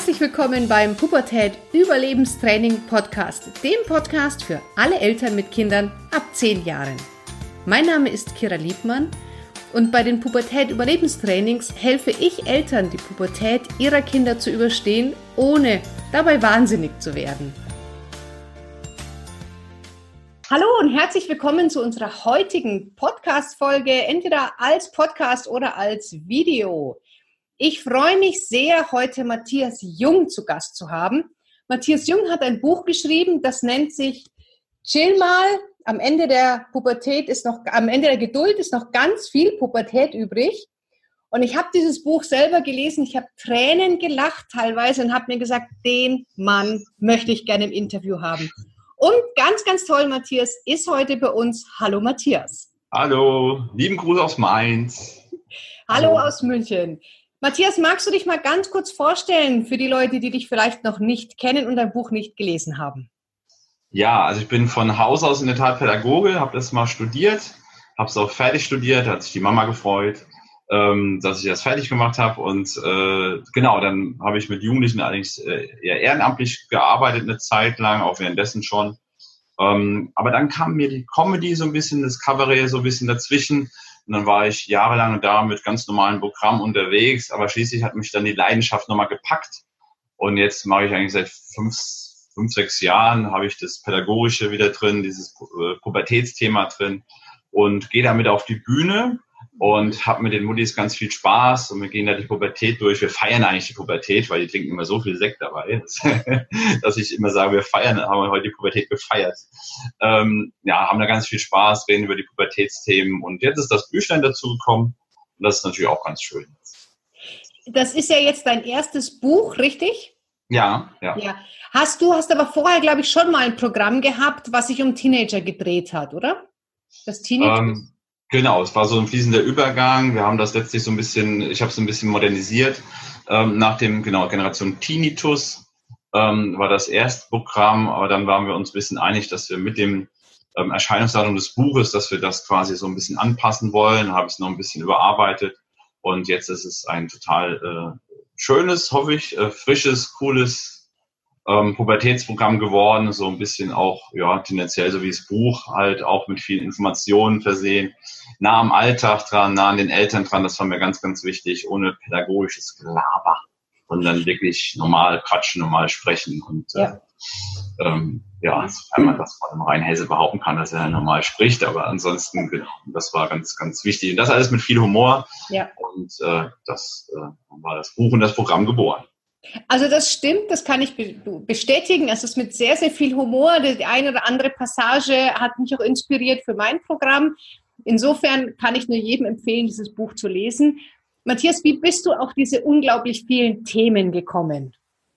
Herzlich willkommen beim Pubertät Überlebenstraining Podcast, dem Podcast für alle Eltern mit Kindern ab 10 Jahren. Mein Name ist Kira Liebmann und bei den Pubertät Überlebenstrainings helfe ich Eltern, die Pubertät ihrer Kinder zu überstehen, ohne dabei wahnsinnig zu werden. Hallo und herzlich willkommen zu unserer heutigen Podcast-Folge, entweder als Podcast oder als Video. Ich freue mich sehr, heute Matthias Jung zu Gast zu haben. Matthias Jung hat ein Buch geschrieben, das nennt sich Chill mal, am Ende der Geduld ist noch ganz viel Pubertät übrig. Und ich habe dieses Buch selber gelesen, ich habe Tränen gelacht teilweise und habe mir gesagt, den Mann möchte ich gerne im Interview haben. Und ganz, ganz toll, Matthias ist heute bei uns. Hallo Matthias. Hallo, lieben Gruß aus Mainz. Hallo aus München. Matthias, magst du dich mal ganz kurz vorstellen für die Leute, die dich vielleicht noch nicht kennen und dein Buch nicht gelesen haben? Ja, also ich bin von Haus aus in der Tat Pädagoge, habe das mal studiert, habe es auch fertig studiert, da hat sich die Mama gefreut, dass ich das fertig gemacht habe und dann habe ich mit Jugendlichen allerdings eher ehrenamtlich gearbeitet eine Zeit lang, auch währenddessen schon. Aber dann kam mir die Comedy so ein bisschen, das Kabarett so ein bisschen dazwischen. Und dann war ich jahrelang da mit ganz normalen Programmen unterwegs, aber schließlich hat mich dann die Leidenschaft nochmal gepackt. Und jetzt mache ich eigentlich seit 5-6 Jahren, habe ich das Pädagogische wieder drin, dieses Pubertätsthema drin und gehe damit auf die Bühne und habe mit den Muttis ganz viel Spaß und wir gehen da die Pubertät durch. Wir feiern eigentlich die Pubertät, weil die trinken immer so viel Sekt dabei, dass ich immer sage, wir haben heute die Pubertät gefeiert. Haben da ganz viel Spaß, reden über die Pubertätsthemen und jetzt ist das Büchlein dazu gekommen und das ist natürlich auch ganz schön. Das ist ja jetzt dein erstes Buch, richtig? Ja. Hast aber vorher, glaube ich, schon mal ein Programm gehabt, was sich um Teenager gedreht hat, oder? Das Teenager? Genau, es war so ein fließender Übergang. Wir haben das letztlich ich habe es ein bisschen modernisiert. Nach dem, Generation Tinnitus war das erste Programm, aber dann waren wir uns ein bisschen einig, dass wir mit dem Erscheinungsdatum des Buches, dass wir das quasi so ein bisschen anpassen wollen, habe ich es noch ein bisschen überarbeitet und jetzt ist es ein total schönes, hoffe ich, frisches, cooles Pubertätsprogramm geworden, so ein bisschen auch, tendenziell so wie das Buch, halt auch mit vielen Informationen versehen, nah am Alltag dran, nah an den Eltern dran, das war mir ganz, ganz wichtig, ohne pädagogisches Gelaber, sondern wirklich normal quatschen, normal sprechen und sofern man das vor allem Rheinhesse behaupten kann, dass er normal spricht, aber ansonsten, das war ganz, ganz wichtig und das alles mit viel Humor und das war das Buch und das Programm geboren. Also das stimmt, das kann ich bestätigen. Es ist mit sehr, sehr viel Humor. Die eine oder andere Passage hat mich auch inspiriert für mein Programm. Insofern kann ich nur jedem empfehlen, dieses Buch zu lesen. Matthias, wie bist du auf diese unglaublich vielen Themen gekommen?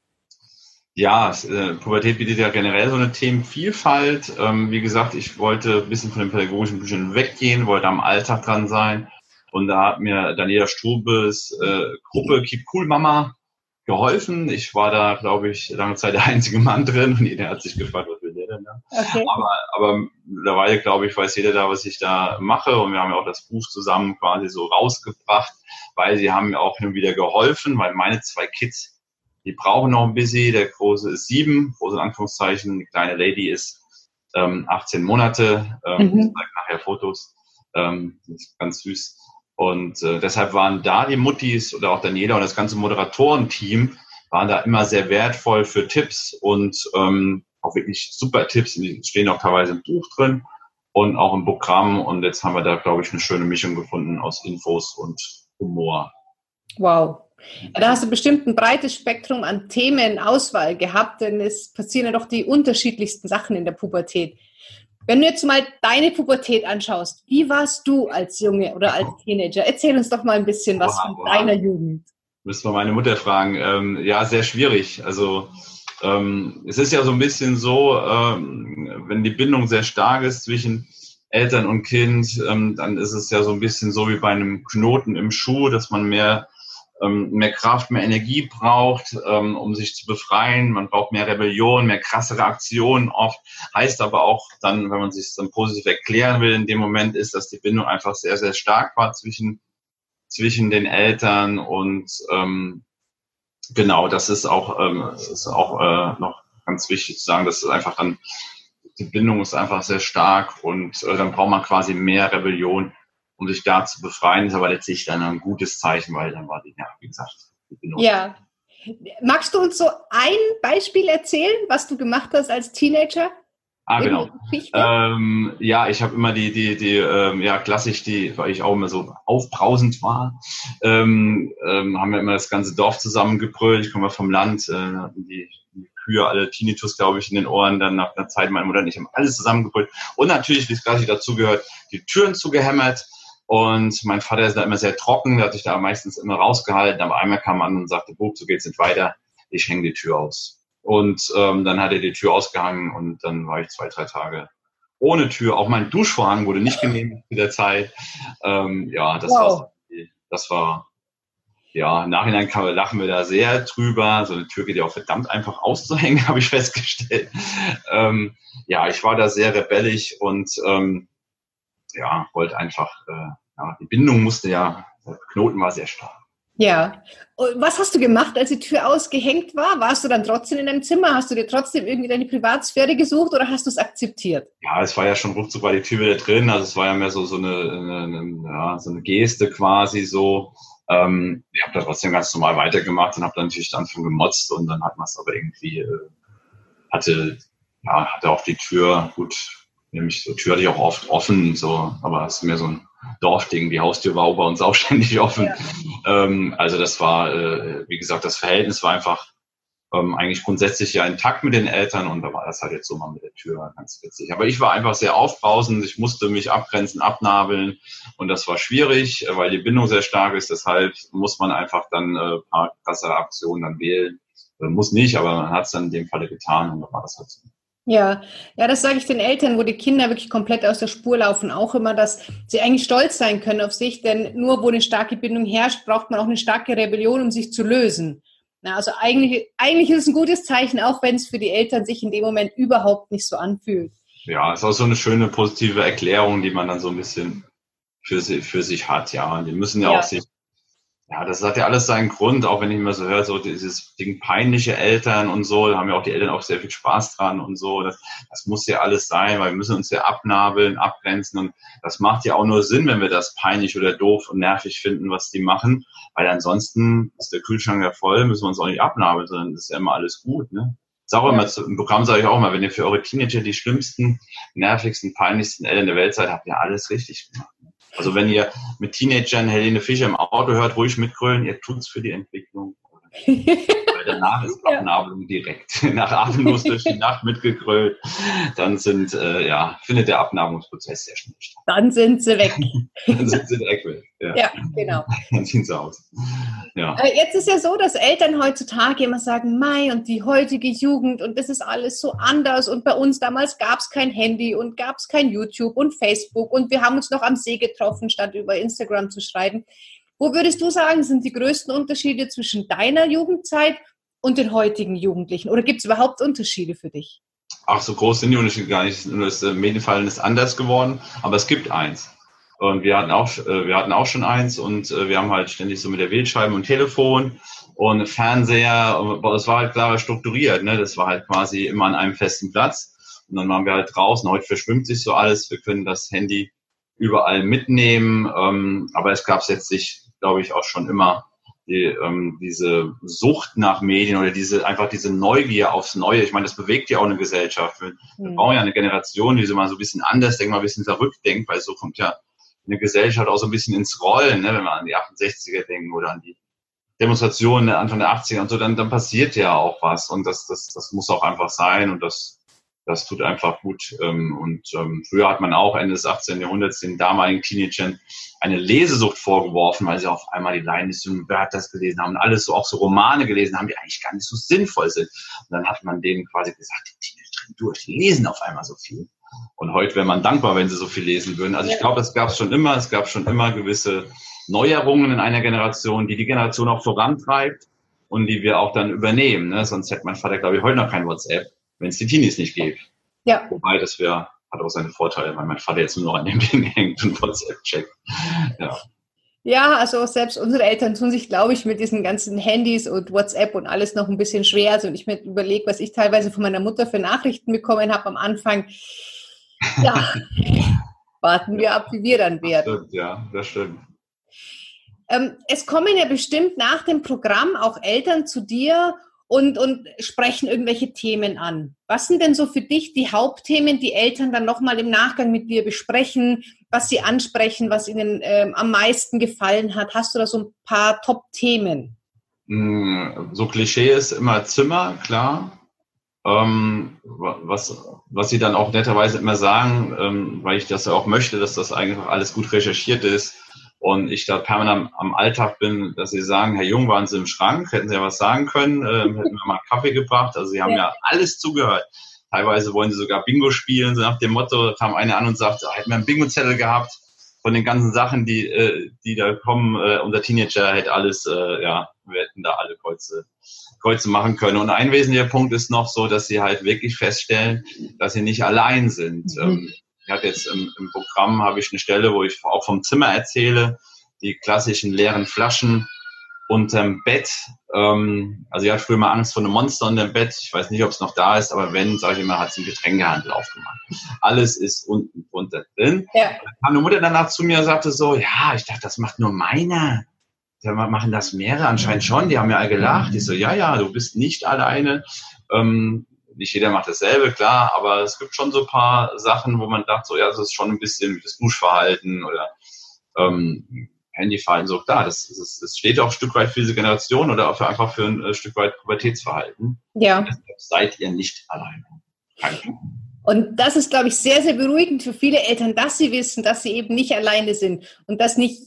Ja, Pubertät bietet ja generell so eine Themenvielfalt. Wie gesagt, ich wollte ein bisschen von den pädagogischen Büchern weggehen, wollte am Alltag dran sein. Und da hat mir Daniela Strubes Gruppe Keep Cool Mama geholfen. Ich war da, glaube ich, lange Zeit der einzige Mann drin und jeder hat sich gefragt, was will der denn da? Okay. Aber mittlerweile, glaube ich, weiß jeder da, was ich da mache und wir haben ja auch das Buch zusammen quasi so rausgebracht, weil sie haben mir auch hin und wieder geholfen, weil meine 2 Kids, die brauchen noch ein bisschen. Der Große ist 7, große Anführungszeichen, die kleine Lady ist 18 Monate, ich zeige nachher Fotos, das ist ganz süß. Und deshalb waren da die Muttis oder auch Daniela und das ganze Moderatorenteam waren da immer sehr wertvoll für Tipps und auch wirklich super Tipps. Die stehen auch teilweise im Buch drin und auch im Programm. Und jetzt haben wir da, glaube ich, eine schöne Mischung gefunden aus Infos und Humor. Wow. Ja, da hast du bestimmt ein breites Spektrum an Themenauswahl gehabt, denn es passieren ja doch die unterschiedlichsten Sachen in der Pubertät. Wenn du jetzt mal deine Pubertät anschaust, wie warst du als Junge oder als Teenager? Erzähl uns doch mal ein bisschen was von deiner Jugend. Müssen wir meine Mutter fragen. Sehr schwierig. Also es ist ja so ein bisschen so, wenn die Bindung sehr stark ist zwischen Eltern und Kind, dann ist es ja so ein bisschen so wie bei einem Knoten im Schuh, dass man mehr Kraft, mehr Energie braucht, um sich zu befreien. Man braucht mehr Rebellion, mehr krassere Aktionen oft. Heißt aber auch dann, wenn man sich dann positiv erklären will, in dem Moment ist, dass die Bindung einfach sehr, sehr stark war zwischen den Eltern und Genau, das ist auch, noch ganz wichtig zu sagen, dass es einfach dann, die Bindung ist einfach sehr stark und dann braucht man quasi mehr Rebellion, um sich da zu befreien. Das ist aber letztlich dann ein gutes Zeichen, weil dann war die, ja, wie gesagt, die Bindung. Ja. Magst du uns so ein Beispiel erzählen, was du gemacht hast als Teenager? Genau. Ja, ich habe immer klassisch weil ich auch immer so aufbrausend war, haben wir immer das ganze Dorf zusammengebrüllt. Ich komme vom Land, hatten die Kühe alle Tinnitus, glaube ich, in den Ohren. Dann nach einer Zeit, meine Mutter und ich haben alles zusammengebrüllt. Und natürlich, wie es klassisch dazugehört, die Türen zugehämmert. Und mein Vater ist da immer sehr trocken, der hat sich da meistens immer rausgehalten. Aber einmal kam er an und sagte, Bub, so geht's nicht weiter, ich hänge die Tür aus. Und dann hat er die Tür ausgehangen und dann war ich 2-3 Tage ohne Tür. Auch mein Duschvorhang wurde nicht genehmigt in der Zeit. Das war, im Nachhinein lachen wir da sehr drüber. So eine Tür geht ja auch verdammt einfach auszuhängen, habe ich festgestellt. Ich war da sehr rebellisch und wollte einfach, die Bindung der Knoten war sehr stark. Ja. Und was hast du gemacht, als die Tür ausgehängt war? Warst du dann trotzdem in deinem Zimmer? Hast du dir trotzdem irgendwie deine Privatsphäre gesucht oder hast du es akzeptiert? Ja, es war ja schon ruckzuck bei die Tür wieder drin. Also es war ja mehr so eine Geste quasi so. Ich habe da trotzdem ganz normal weitergemacht und habe dann natürlich dann schon gemotzt und dann hat man es aber irgendwie hatte auch die Tür, gut, nämlich so Tür hatte ich auch oft offen, so, aber es ist mehr so ein Dorfding, die Haustür war auch bei uns auch ständig offen. Ja. Also das war, wie gesagt, das Verhältnis war einfach eigentlich grundsätzlich ja intakt mit den Eltern und da war das halt jetzt so mal mit der Tür ganz witzig. Aber ich war einfach sehr aufbrausend, ich musste mich abgrenzen, abnabeln und das war schwierig, weil die Bindung sehr stark ist, deshalb muss man einfach dann ein paar krasse Aktionen dann wählen. Muss nicht, aber man hat es dann in dem Falle getan und dann war das halt so. Ja, das sage ich den Eltern, wo die Kinder wirklich komplett aus der Spur laufen, auch immer, dass sie eigentlich stolz sein können auf sich, denn nur wo eine starke Bindung herrscht, braucht man auch eine starke Rebellion, um sich zu lösen. Na, also eigentlich ist es ein gutes Zeichen, auch wenn es für die Eltern sich in dem Moment überhaupt nicht so anfühlt. Ja, ist auch so eine schöne positive Erklärung, die man dann so ein bisschen für sich hat, ja. Und die müssen ja auch sich. Ja, das hat ja alles seinen Grund, auch wenn ich immer so höre, so dieses Ding peinliche Eltern und so, da haben ja auch die Eltern auch sehr viel Spaß dran und so. Das muss ja alles sein, weil wir müssen uns ja abnabeln, abgrenzen und das macht ja auch nur Sinn, wenn wir das peinlich oder doof und nervig finden, was die machen, weil ansonsten ist der Kühlschrank ja voll, müssen wir uns auch nicht abnabeln, sondern ist ja immer alles gut, ne? Im Programm sage ich auch mal, wenn ihr für eure Teenager die schlimmsten, nervigsten, peinlichsten Eltern der Welt seid, habt ihr alles richtig gemacht. Also wenn ihr mit Teenagern Helene Fischer im Auto hört, ruhig mitgrölen, ihr tut's für die Entwicklung. Weil danach ist Abnabelung direkt. Nach atemlos durch die Nacht mitgegrölt, dann findet der Abnabelungsprozess sehr schnell statt. Dann sind sie weg. Dann sind sie direkt weg. Ja, genau. Dann ziehen sie aus. Ja. Jetzt ist ja so, dass Eltern heutzutage immer sagen, Mei, und die heutige Jugend und das ist alles so anders und bei uns damals gab es kein Handy und gab es kein YouTube und Facebook und wir haben uns noch am See getroffen, statt über Instagram zu schreiben. Wo würdest du sagen, sind die größten Unterschiede zwischen deiner Jugendzeit und den heutigen Jugendlichen? Oder gibt es überhaupt Unterschiede für dich? Ach, so groß sind die Unterschiede gar nicht. Nur das Medienverhalten ist anders geworden, aber es gibt eins. Und wir hatten auch schon eins und wir haben halt ständig so mit der Wählscheibe und Telefon und Fernseher, aber es war halt klar strukturiert, ne? Das war halt quasi immer an einem festen Platz und dann waren wir halt draußen. Heute verschwimmt sich so alles, wir können das Handy überall mitnehmen, aber es gab letztlich, glaube ich, auch schon immer diese Sucht nach Medien oder diese Neugier aufs Neue. Ich meine, das bewegt ja auch eine Gesellschaft. Wir brauchen ja eine Generation, die so mal so ein bisschen anders denkt, mal ein bisschen verrückt denkt, weil so kommt ja eine Gesellschaft auch so ein bisschen ins Rollen, ne? Wenn wir an die 68er denken oder an die Demonstrationen Anfang der 80er und so, dann passiert ja auch was und das muss auch einfach sein und das tut einfach gut. Früher hat man auch Ende des 18. Jahrhunderts den damaligen Teenagern eine Lesesucht vorgeworfen, weil sie auf einmal die Leibniz und Werthers gelesen haben und alles so, auch so Romane gelesen haben, die eigentlich gar nicht so sinnvoll sind. Und dann hat man denen quasi gesagt, die Teenager drehen durch, die lesen auf einmal so viel. Und heute wäre man dankbar, wenn sie so viel lesen würden. Also ich glaube, es gab schon immer gewisse Neuerungen in einer Generation, die Generation auch vorantreibt und die wir auch dann übernehmen. Ne? Sonst hätte mein Vater, glaube ich, heute noch kein WhatsApp, wenn es die Teenies nicht gäbe. Ja. Wobei, hat auch seine Vorteile, weil mein Vater jetzt nur noch an dem Ding hängt und WhatsApp checkt. Ja. Ja, also selbst unsere Eltern tun sich, glaube ich, mit diesen ganzen Handys und WhatsApp und alles noch ein bisschen schwer. Also wenn ich mir überlege, was ich teilweise von meiner Mutter für Nachrichten bekommen habe am Anfang, ja, warten wir ab, wie wir dann Das werden. stimmt, ja, das stimmt. Es kommen ja bestimmt nach dem Programm auch Eltern zu dir und sprechen irgendwelche Themen an. Was sind denn so für dich die Hauptthemen, die Eltern dann nochmal im Nachgang mit dir besprechen, was sie ansprechen, was ihnen am meisten gefallen hat? Hast du da so ein paar Top-Themen? So Klischee ist immer Zimmer, klar. Was sie dann auch netterweise immer sagen, weil ich das ja auch möchte, dass das eigentlich alles gut recherchiert ist und ich da permanent am Alltag bin, dass sie sagen, Herr Jung, waren Sie im Schrank, hätten Sie ja was sagen können, hätten wir mal Kaffee gebracht. Also sie haben ja alles zugehört. Teilweise wollen sie sogar Bingo spielen, so nach dem Motto, kam einer an und sagt, hätten wir einen Bingo-Zettel gehabt von den ganzen Sachen, die da kommen. Unser Teenager hätte alles, wir hätten da alle Kreuze machen können. Und ein wesentlicher Punkt ist noch so, dass sie halt wirklich feststellen, dass sie nicht allein sind. Ich hatte jetzt im Programm habe ich eine Stelle, wo ich auch vom Zimmer erzähle, die klassischen leeren Flaschen unterm Bett. Also sie hat früher mal Angst vor einem Monster unterm Bett. Ich weiß nicht, ob es noch da ist, aber wenn, sage ich immer, hat sie einen Getränkehandel aufgemacht. Alles ist unten drunter drin. Ja. Dann kam eine Mutter danach zu mir und sagte so, ja, ich dachte, das macht nur meiner. Ja, machen das mehrere anscheinend schon, die haben ja alle gelacht. Ich so, ja, du bist nicht alleine. Nicht jeder macht dasselbe, klar, aber es gibt schon so ein paar Sachen, wo man dachte, so, ja, das ist schon ein bisschen wie das Duschverhalten oder Handyverhalten, so klar, das steht auch ein Stück weit für diese Generation oder auch einfach für ein Stück weit Pubertätsverhalten. Ja. Deshalb seid ihr nicht alleine. Und das ist, glaube ich, sehr, sehr beruhigend für viele Eltern, dass sie wissen, dass sie eben nicht alleine sind und dass nicht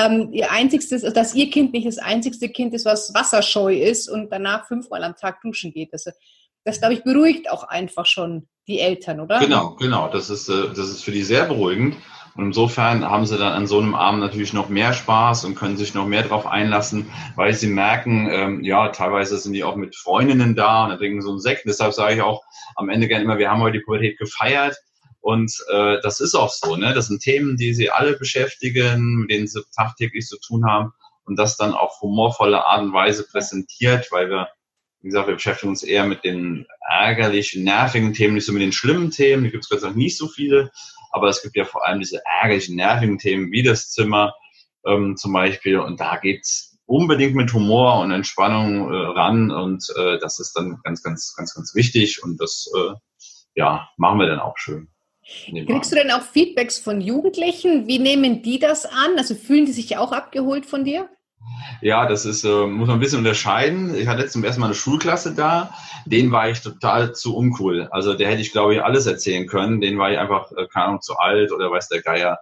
dass ihr Kind nicht das einzigste Kind ist, was wasserscheu ist und danach 5-mal am Tag duschen geht. Das glaube ich, beruhigt auch einfach schon die Eltern, oder? Genau. Das ist für die sehr beruhigend. Und insofern haben sie dann an so einem Abend natürlich noch mehr Spaß und können sich noch mehr drauf einlassen, weil sie merken, teilweise sind die auch mit Freundinnen da und dann trinken so einen Sekt. Deshalb sage ich auch am Ende gerne immer, wir haben heute die Pubertät gefeiert. Und das ist auch so, ne? Das sind Themen, die sie alle beschäftigen, mit denen sie tagtäglich zu tun haben und das dann auf humorvolle Art und Weise präsentiert, weil wir, wie gesagt, wir beschäftigen uns eher mit den ärgerlichen, nervigen Themen, nicht so mit den schlimmen Themen, die gibt es Gott sei Dank nicht so viele, aber es gibt ja vor allem diese ärgerlichen, nervigen Themen wie das Zimmer zum Beispiel und da geht's unbedingt mit Humor und Entspannung ran und das ist dann ganz, ganz, ganz, ganz wichtig und das machen wir dann auch schön. Kriegst du denn auch Feedbacks von Jugendlichen? Wie nehmen die das an? Also fühlen die sich auch abgeholt von dir? Ja, das ist, muss man ein bisschen unterscheiden. Ich hatte jetzt zum ersten Mal eine Schulklasse da. Den war ich total zu uncool. Also der hätte ich, glaube ich, alles erzählen können. Den war ich einfach, keine Ahnung, zu alt oder weiß der Geier.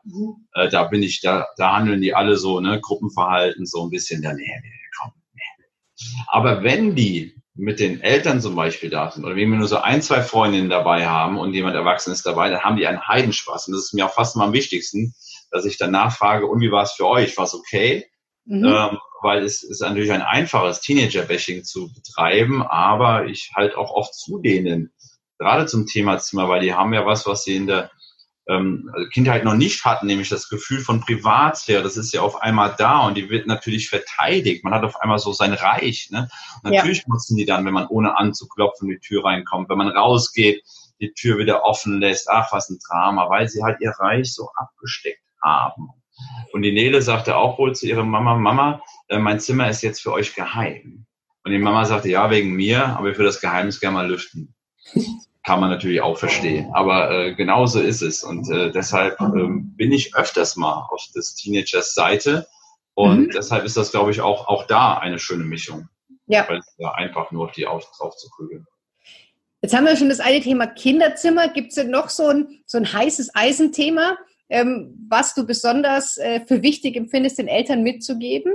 Da handeln die alle so, ne, Gruppenverhalten, so ein bisschen. Komm. Aber wenn die mit den Eltern zum Beispiel da sind oder wenn wir nur so 1-2 Freundinnen dabei haben und jemand Erwachsenes dabei, dann haben die einen Heidenspaß. Und das ist mir auch fast mal am wichtigsten, dass ich dann nachfrage, und wie war es für euch? War es okay? Weil es ist natürlich ein einfaches Teenager-Bashing zu betreiben, aber ich halt auch oft zu denen, gerade zum Thema Zimmer, weil die haben ja was sie in der Kindheit noch nicht hatten, nämlich das Gefühl von Privatsphäre. Das ist ja auf einmal da und die wird natürlich verteidigt. Man hat auf einmal so sein Reich. Ne? Und natürlich nutzen die dann, wenn man ohne anzuklopfen die Tür reinkommt, wenn man rausgeht, die Tür wieder offen lässt. Ach, was ein Drama, weil sie halt ihr Reich so abgesteckt haben. Und die Nele sagte auch wohl zu ihrer Mama, mein Zimmer ist jetzt für euch geheim. Und die Mama sagte, ja, wegen mir, aber ich würde das Geheimnis gerne mal lüften. Kann man natürlich auch verstehen. Aber genauso ist es. Und deshalb bin ich öfters mal auf des Teenagers Seite. Und deshalb ist das, glaube ich, auch da eine schöne Mischung. Ja. Weil es einfach nur auf die drauf zu prügeln. Jetzt haben wir schon das eine Thema Kinderzimmer. Gibt es denn noch so ein heißes Eisenthema, was du besonders für wichtig empfindest, den Eltern mitzugeben?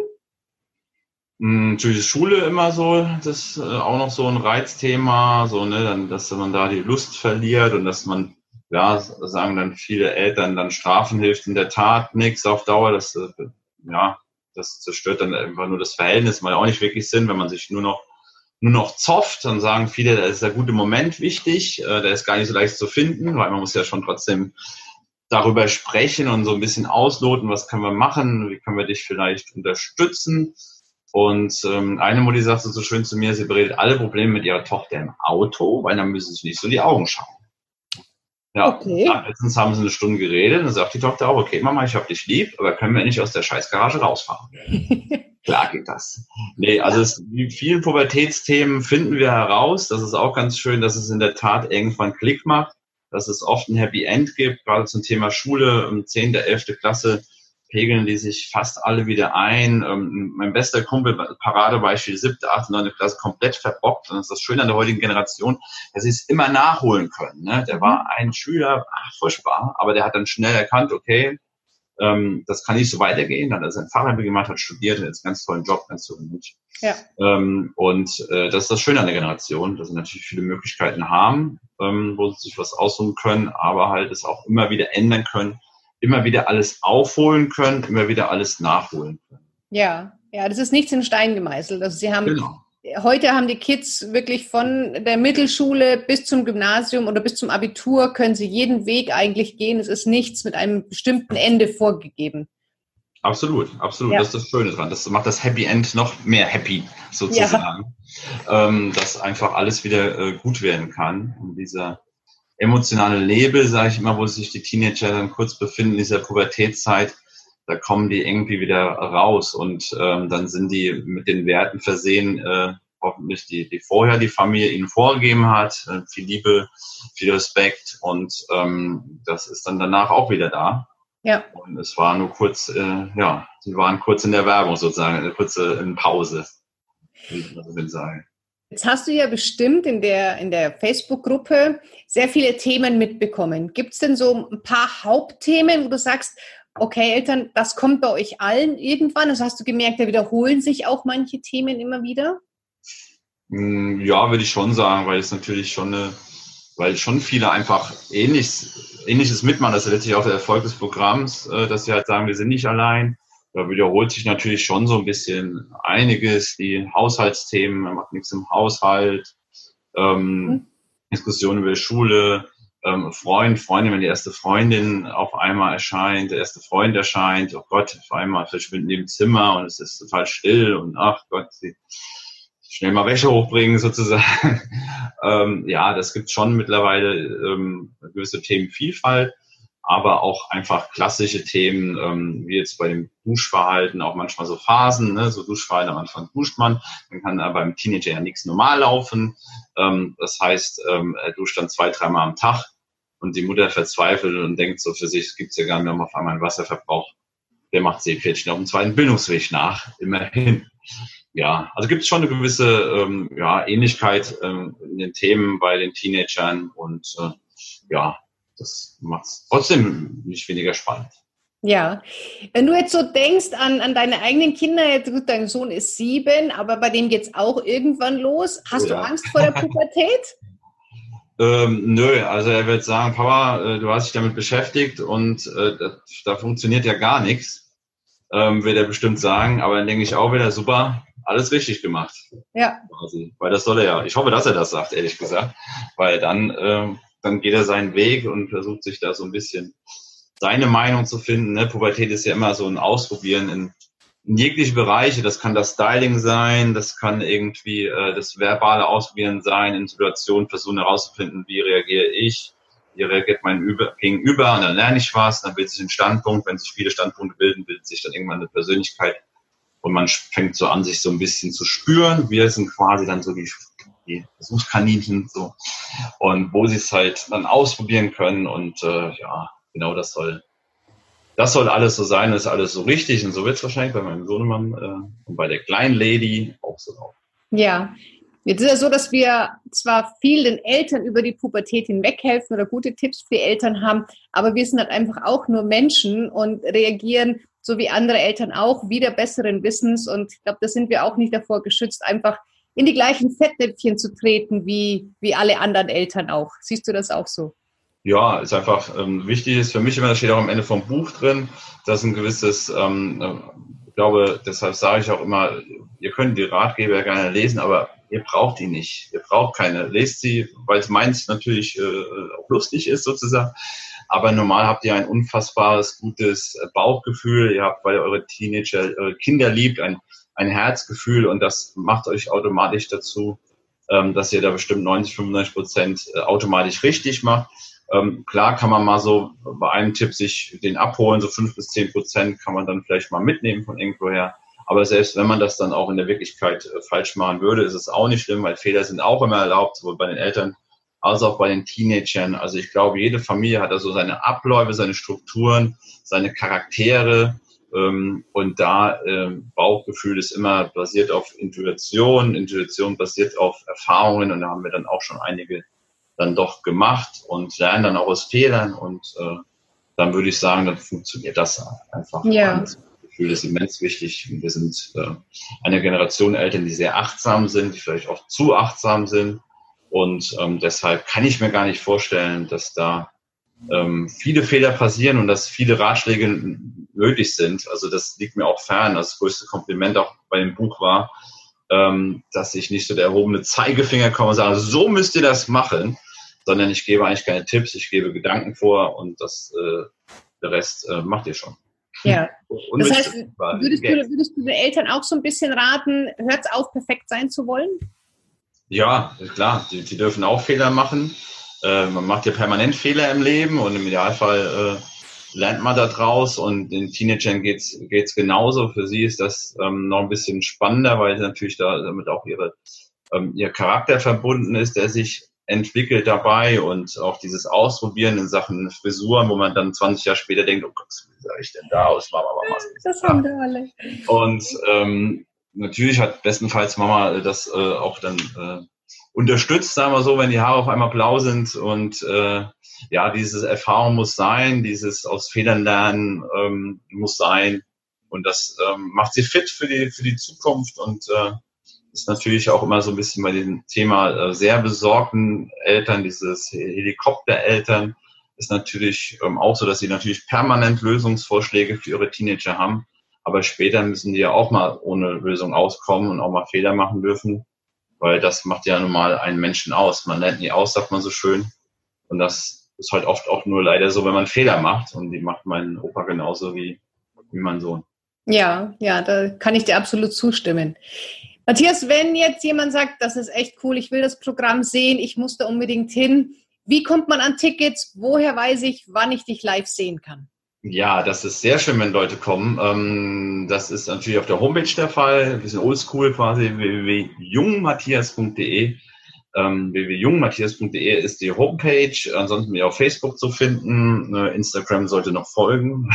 Durch die Schule immer so, das ist auch noch so ein Reizthema, so, ne, dann, dass man da die Lust verliert und dass man, sagen dann viele Eltern, dann Strafen hilft in der Tat nichts auf Dauer, das zerstört dann einfach nur das Verhältnis, weil auch nicht wirklich Sinn, wenn man sich nur noch zofft, dann sagen viele, da ist der gute Moment wichtig, der ist gar nicht so leicht zu finden, weil man muss ja schon trotzdem darüber sprechen und so ein bisschen ausloten, was können wir machen, wie können wir dich vielleicht unterstützen. Und eine Mutti sagte so schön zu mir, sie beredet alle Probleme mit ihrer Tochter im Auto, weil dann müssen sie nicht so in die Augen schauen. Ja, Okay. letztens haben sie eine Stunde geredet und dann sagt die Tochter auch, okay Mama, ich hab dich lieb, aber können wir nicht aus der Scheißgarage rausfahren? Klar geht das. Nee, also die vielen Pubertätsthemen finden wir heraus. Das ist auch ganz schön, dass es in der Tat irgendwann Klick macht, dass es oft ein Happy End gibt, gerade zum Thema Schule, 10., 11. Klasse pegeln die sich fast alle wieder ein. Mein bester Kumpel, Paradebeispiel, 7., 8., 9. Klasse, komplett verbockt. Und das ist das Schöne an der heutigen Generation, dass sie es immer nachholen können. Ne? Der war ein Schüler, furchtbar, aber der hat dann schnell erkannt, okay, das kann nicht so weitergehen. Dann hat er sein Fachabi gemacht, hat studiert, hat jetzt einen ganz tollen Job, ganz tollen Mensch. Ja. Das ist das Schöne an der Generation, dass sie natürlich viele Möglichkeiten haben, wo sie sich was aussuchen können, aber halt es auch immer wieder ändern können, immer wieder alles aufholen können, immer wieder alles nachholen können. Ja, das ist nichts in Stein gemeißelt. Also heute haben die Kids wirklich von der Mittelschule bis zum Gymnasium oder bis zum Abitur können sie jeden Weg eigentlich gehen. Es ist nichts mit einem bestimmten Ende vorgegeben. Absolut. Ja. Das ist das Schöne dran. Das macht das Happy End noch mehr happy, sozusagen. Ja. Dass einfach alles wieder gut werden kann. Und dieser emotionale Label, sage ich immer, wo sich die Teenager dann kurz befinden in dieser Pubertätszeit, da kommen die irgendwie wieder raus und dann sind die mit den Werten versehen, hoffentlich die vorher die Familie ihnen vorgegeben hat, viel Liebe, viel Respekt und das ist dann danach auch wieder da. Ja. Und es war nur kurz, sie waren kurz in der Werbung sozusagen, eine kurze Pause, wie ich das will sagen. Jetzt hast du ja bestimmt in der Facebook-Gruppe sehr viele Themen mitbekommen. Gibt es denn so ein paar Hauptthemen, wo du sagst, okay, Eltern, das kommt bei euch allen irgendwann? Also hast du gemerkt, da wiederholen sich auch manche Themen immer wieder? Ja, würde ich schon sagen, weil es natürlich weil schon viele einfach Ähnliches mitmachen. Das ist letztlich auch der Erfolg des Programms, dass sie halt sagen, wir sind nicht allein. Da wiederholt sich natürlich schon so ein bisschen einiges, die Haushaltsthemen, man macht nichts im Haushalt, Diskussionen über Schule, Freundin, wenn die erste Freundin auf einmal erscheint, der erste Freund erscheint, oh Gott, auf einmal verschwinden die im Zimmer und es ist total still und ach Gott, sie schnell mal Wäsche hochbringen sozusagen. Das gibt schon mittlerweile eine gewisse Themenvielfalt. Aber auch einfach klassische Themen, wie jetzt bei dem Duschverhalten, auch manchmal so Phasen, ne? So Duschverhalten, am Anfang duscht man, dann kann beim Teenager ja nichts normal laufen. Das heißt, er duscht dann 2-3 Mal am Tag und die Mutter verzweifelt und denkt so für sich, es gibt ja gar nicht mehr auf einmal einen Wasserverbrauch. Der macht Seepferdchen auf dem zweiten Bildungsweg nach, immerhin. Ja, also gibt es schon eine gewisse Ähnlichkeit in den Themen bei den Teenagern und das macht es trotzdem nicht weniger spannend. Ja, wenn du jetzt so denkst an deine eigenen Kinder, dein Sohn ist 7, aber bei dem geht es auch irgendwann los. Hast du Angst vor der Pubertät? Nö, also er wird sagen, Papa, du hast dich damit beschäftigt und da funktioniert ja gar nichts, wird er bestimmt sagen. Aber dann denke ich auch wieder, super, alles richtig gemacht. Ja. Quasi. Weil das soll er ja. Ich hoffe, dass er das sagt, ehrlich gesagt. Weil dann geht er seinen Weg und versucht sich da so ein bisschen seine Meinung zu finden. Ne? Pubertät ist ja immer so ein Ausprobieren in jegliche Bereiche. Das kann das Styling sein, das kann irgendwie das verbale Ausprobieren sein, in Situationen versuchen herauszufinden, wie reagiere ich, wie reagiert mein Gegenüber und dann lerne ich was, dann bildet sich ein Standpunkt. Wenn sich viele Standpunkte bilden, bildet sich dann irgendwann eine Persönlichkeit und man fängt so an, sich so ein bisschen zu spüren. Wir sind quasi dann so die Versuchskaninchen so und wo sie es halt dann ausprobieren können und genau das soll alles so sein, das ist alles so richtig und so wird es wahrscheinlich bei meinem Sohnemann und bei der kleinen Lady auch so laufen. Ja, jetzt ist es so, dass wir zwar viel den Eltern über die Pubertät hinweg helfen oder gute Tipps für die Eltern haben, aber wir sind halt einfach auch nur Menschen und reagieren so wie andere Eltern auch wieder besseren Wissens und ich glaube, da sind wir auch nicht davor geschützt, einfach in die gleichen Fettnäpfchen zu treten wie alle anderen Eltern auch. Siehst du das auch so? Ja, ist einfach wichtig ist für mich immer, das steht auch am Ende vom Buch drin, dass ein gewisses, ich glaube, deshalb sage ich auch immer, ihr könnt die Ratgeber gerne lesen, aber ihr braucht die nicht. Ihr braucht keine. Lest sie, weil es meins natürlich auch lustig ist sozusagen. Aber normal habt ihr ein unfassbares, gutes Bauchgefühl. Ihr habt, weil ihr eure Teenager, eure Kinder liebt, ein Herzgefühl. Und das macht euch automatisch dazu, dass ihr da bestimmt 90-95% automatisch richtig macht. Klar kann man mal so bei einem Tipp sich den abholen, so 5-10% kann man dann vielleicht mal mitnehmen von irgendwoher. Aber selbst wenn man das dann auch in der Wirklichkeit falsch machen würde, ist es auch nicht schlimm, weil Fehler sind auch immer erlaubt, sowohl bei den Eltern als auch bei den Teenagern. Also ich glaube, jede Familie hat also seine Abläufe, seine Strukturen, seine Charaktere. Und da Bauchgefühl ist immer basiert auf Intuition. Intuition basiert auf Erfahrungen. Und da haben wir dann auch schon einige dann doch gemacht und lernen dann auch aus Fehlern. Und dann würde ich sagen, dann funktioniert das einfach. Ja. Das Gefühl ist immens wichtig. Wir sind eine Generation Eltern, die sehr achtsam sind, die vielleicht auch zu achtsam sind. Und deshalb kann ich mir gar nicht vorstellen, dass da viele Fehler passieren und dass viele Ratschläge nötig sind. Also das liegt mir auch fern. Das größte Kompliment auch bei dem Buch war, dass ich nicht so der erhobene Zeigefinger komme und sage, so müsst ihr das machen, sondern ich gebe eigentlich keine Tipps, ich gebe Gedanken vor und der Rest macht ihr schon. Ja, das heißt, würdest du den Eltern auch so ein bisschen raten, hört's auf, perfekt sein zu wollen? Ja, klar, die dürfen auch Fehler machen. Man macht ja permanent Fehler im Leben und im Idealfall lernt man da draus und den Teenagern geht's genauso. Für sie ist das noch ein bisschen spannender, weil natürlich damit auch ihr Charakter verbunden ist, der sich entwickelt dabei und auch dieses Ausprobieren in Sachen Frisuren, wo man dann 20 Jahre später denkt, oh Gott, wie sah ich denn da aus, Mama? Das haben wir alle. Und natürlich hat bestenfalls Mama das auch dann unterstützt, sagen wir so, wenn die Haare auf einmal blau sind und ja, diese Erfahrung muss sein, dieses aus Fehlern lernen muss sein und das macht sie fit für die Zukunft und ist natürlich auch immer so ein bisschen bei dem Thema sehr besorgten Eltern, dieses Helikoptereltern, ist natürlich auch so, dass sie natürlich permanent Lösungsvorschläge für ihre Teenager haben, aber später müssen die ja auch mal ohne Lösung auskommen und auch mal Fehler machen dürfen, weil das macht ja nun mal einen Menschen aus. Man lernt nie aus, sagt man so schön. Und das ist halt oft auch nur leider so, wenn man Fehler macht. Und die macht mein Opa genauso wie mein Sohn. Ja, da kann ich dir absolut zustimmen. Matthias, wenn jetzt jemand sagt, das ist echt cool, ich will das Programm sehen, ich muss da unbedingt hin. Wie kommt man an Tickets? Woher weiß ich, wann ich dich live sehen kann? Ja, das ist sehr schön, wenn Leute kommen. Das ist natürlich auf der Homepage der Fall, ein bisschen oldschool quasi, www.jungmatthias.de. www.jungmatthias.de ist die Homepage, ansonsten bin ich auf Facebook zu finden. Instagram sollte noch folgen.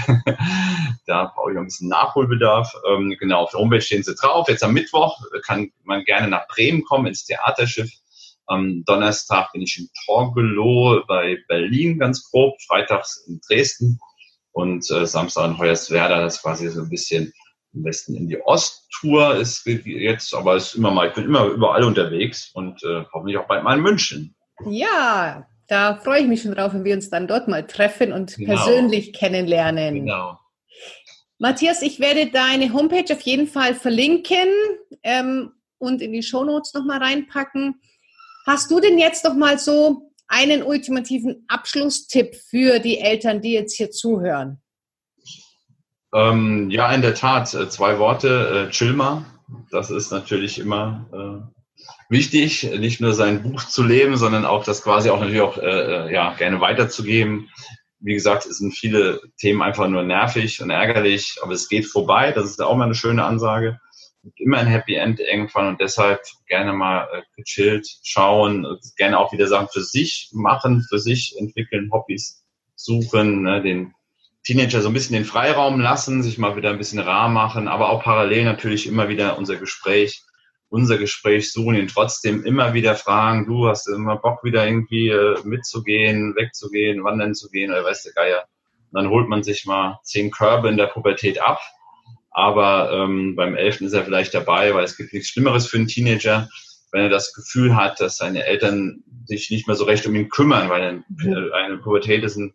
Da brauche ich ein bisschen Nachholbedarf. Genau, auf der Homepage stehen sie drauf. Jetzt am Mittwoch kann man gerne nach Bremen kommen, ins Theaterschiff. Am Donnerstag bin ich in Torgelow bei Berlin ganz grob, freitags in Dresden. Und Samstag in Hoyerswerda, das ist quasi so ein bisschen am besten in die Osttour ist jetzt, aber ich bin immer überall unterwegs und hoffentlich auch bald mal in München. Ja, da freue ich mich schon drauf, wenn wir uns dann dort mal treffen und persönlich kennenlernen. Genau. Matthias, ich werde deine Homepage auf jeden Fall verlinken und in die Shownotes nochmal reinpacken. Hast du denn jetzt noch mal so einen ultimativen Abschlusstipp für die Eltern, die jetzt hier zuhören? Ja, in der Tat. 2 Worte. Chill mal. Das ist natürlich immer wichtig, nicht nur sein Buch zu leben, sondern auch das quasi auch natürlich auch gerne weiterzugeben. Wie gesagt, es sind viele Themen einfach nur nervig und ärgerlich, aber es geht vorbei. Das ist auch mal eine schöne Ansage. Immer ein Happy End irgendwann und deshalb gerne mal gechillt schauen, gerne auch wieder Sachen für sich machen, für sich entwickeln, Hobbys suchen, ne, den Teenager so ein bisschen den Freiraum lassen, sich mal wieder ein bisschen rar machen, aber auch parallel natürlich immer wieder unser Gespräch suchen, ihn trotzdem immer wieder fragen, du hast immer Bock wieder irgendwie mitzugehen, wegzugehen, wandern zu gehen oder weiß der Geier. Und dann holt man sich mal 10 Körbe in der Pubertät ab. Aber beim 11. ist er vielleicht dabei, weil es gibt nichts Schlimmeres für einen Teenager, wenn er das Gefühl hat, dass seine Eltern sich nicht mehr so recht um ihn kümmern, weil eine Pubertät ist ein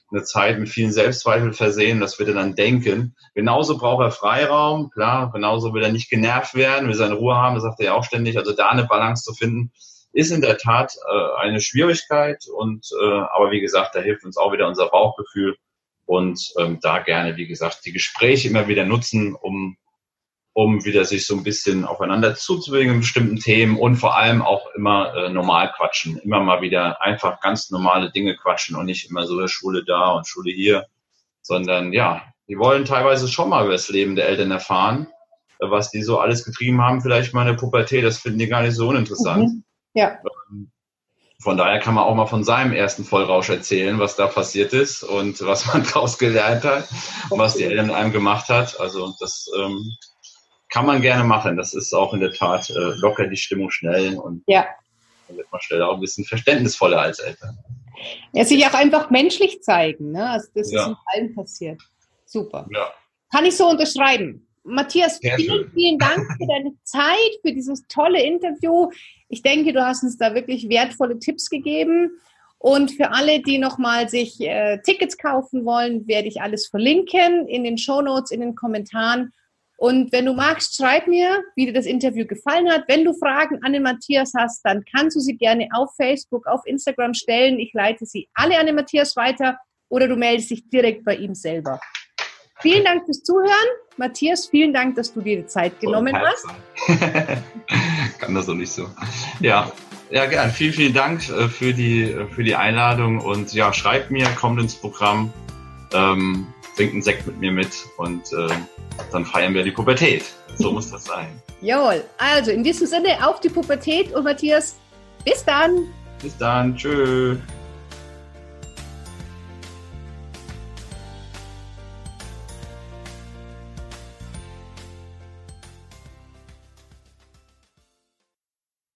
eine Zeit mit vielen Selbstzweifeln versehen, das wird er dann denken. Genauso braucht er Freiraum, klar, genauso will er nicht genervt werden, will seine Ruhe haben, das sagt er ja auch ständig. Also da eine Balance zu finden, ist in der Tat eine Schwierigkeit. Aber wie gesagt, da hilft uns auch wieder unser Bauchgefühl und da gerne, wie gesagt, die Gespräche immer wieder nutzen, um wieder sich so ein bisschen aufeinander zuzubewegen in bestimmten Themen und vor allem auch immer normal quatschen. Immer mal wieder einfach ganz normale Dinge quatschen und nicht immer so Schule da und Schule hier, sondern ja, die wollen teilweise schon mal über das Leben der Eltern erfahren, was die so alles getrieben haben, vielleicht mal in der Pubertät, das finden die gar nicht so uninteressant. Ja. Von daher kann man auch mal von seinem ersten Vollrausch erzählen, was da passiert ist und was man daraus gelernt hat und was die Eltern mit einem gemacht hat. Also das kann man gerne machen. Das ist auch in der Tat lockert die Stimmung schnell und dann wird man schnell auch ein bisschen verständnisvoller als Eltern. Ja, sich auch einfach menschlich zeigen. Ne? Also das ist in allen passiert. Super. Ja. Kann ich so unterschreiben. Matthias, vielen Dank für deine Zeit, für dieses tolle Interview. Ich denke, du hast uns da wirklich wertvolle Tipps gegeben. Und für alle, die nochmal sich Tickets kaufen wollen, werde ich alles verlinken in den Shownotes, in den Kommentaren. Und wenn du magst, schreib mir, wie dir das Interview gefallen hat. Wenn du Fragen an den Matthias hast, dann kannst du sie gerne auf Facebook, auf Instagram stellen. Ich leite sie alle an den Matthias weiter oder du meldest dich direkt bei ihm selber. Vielen Dank fürs Zuhören. Matthias, vielen Dank, dass du dir die Zeit genommen hast. Kann das doch nicht so. Ja, gern. Vielen Dank für die Einladung und ja, schreibt mir, kommt ins Programm, trinkt einen Sekt mit mir mit und dann feiern wir die Pubertät. So muss das sein. Jawohl. Also in diesem Sinne auf die Pubertät und Matthias, bis dann. Bis dann. Tschö.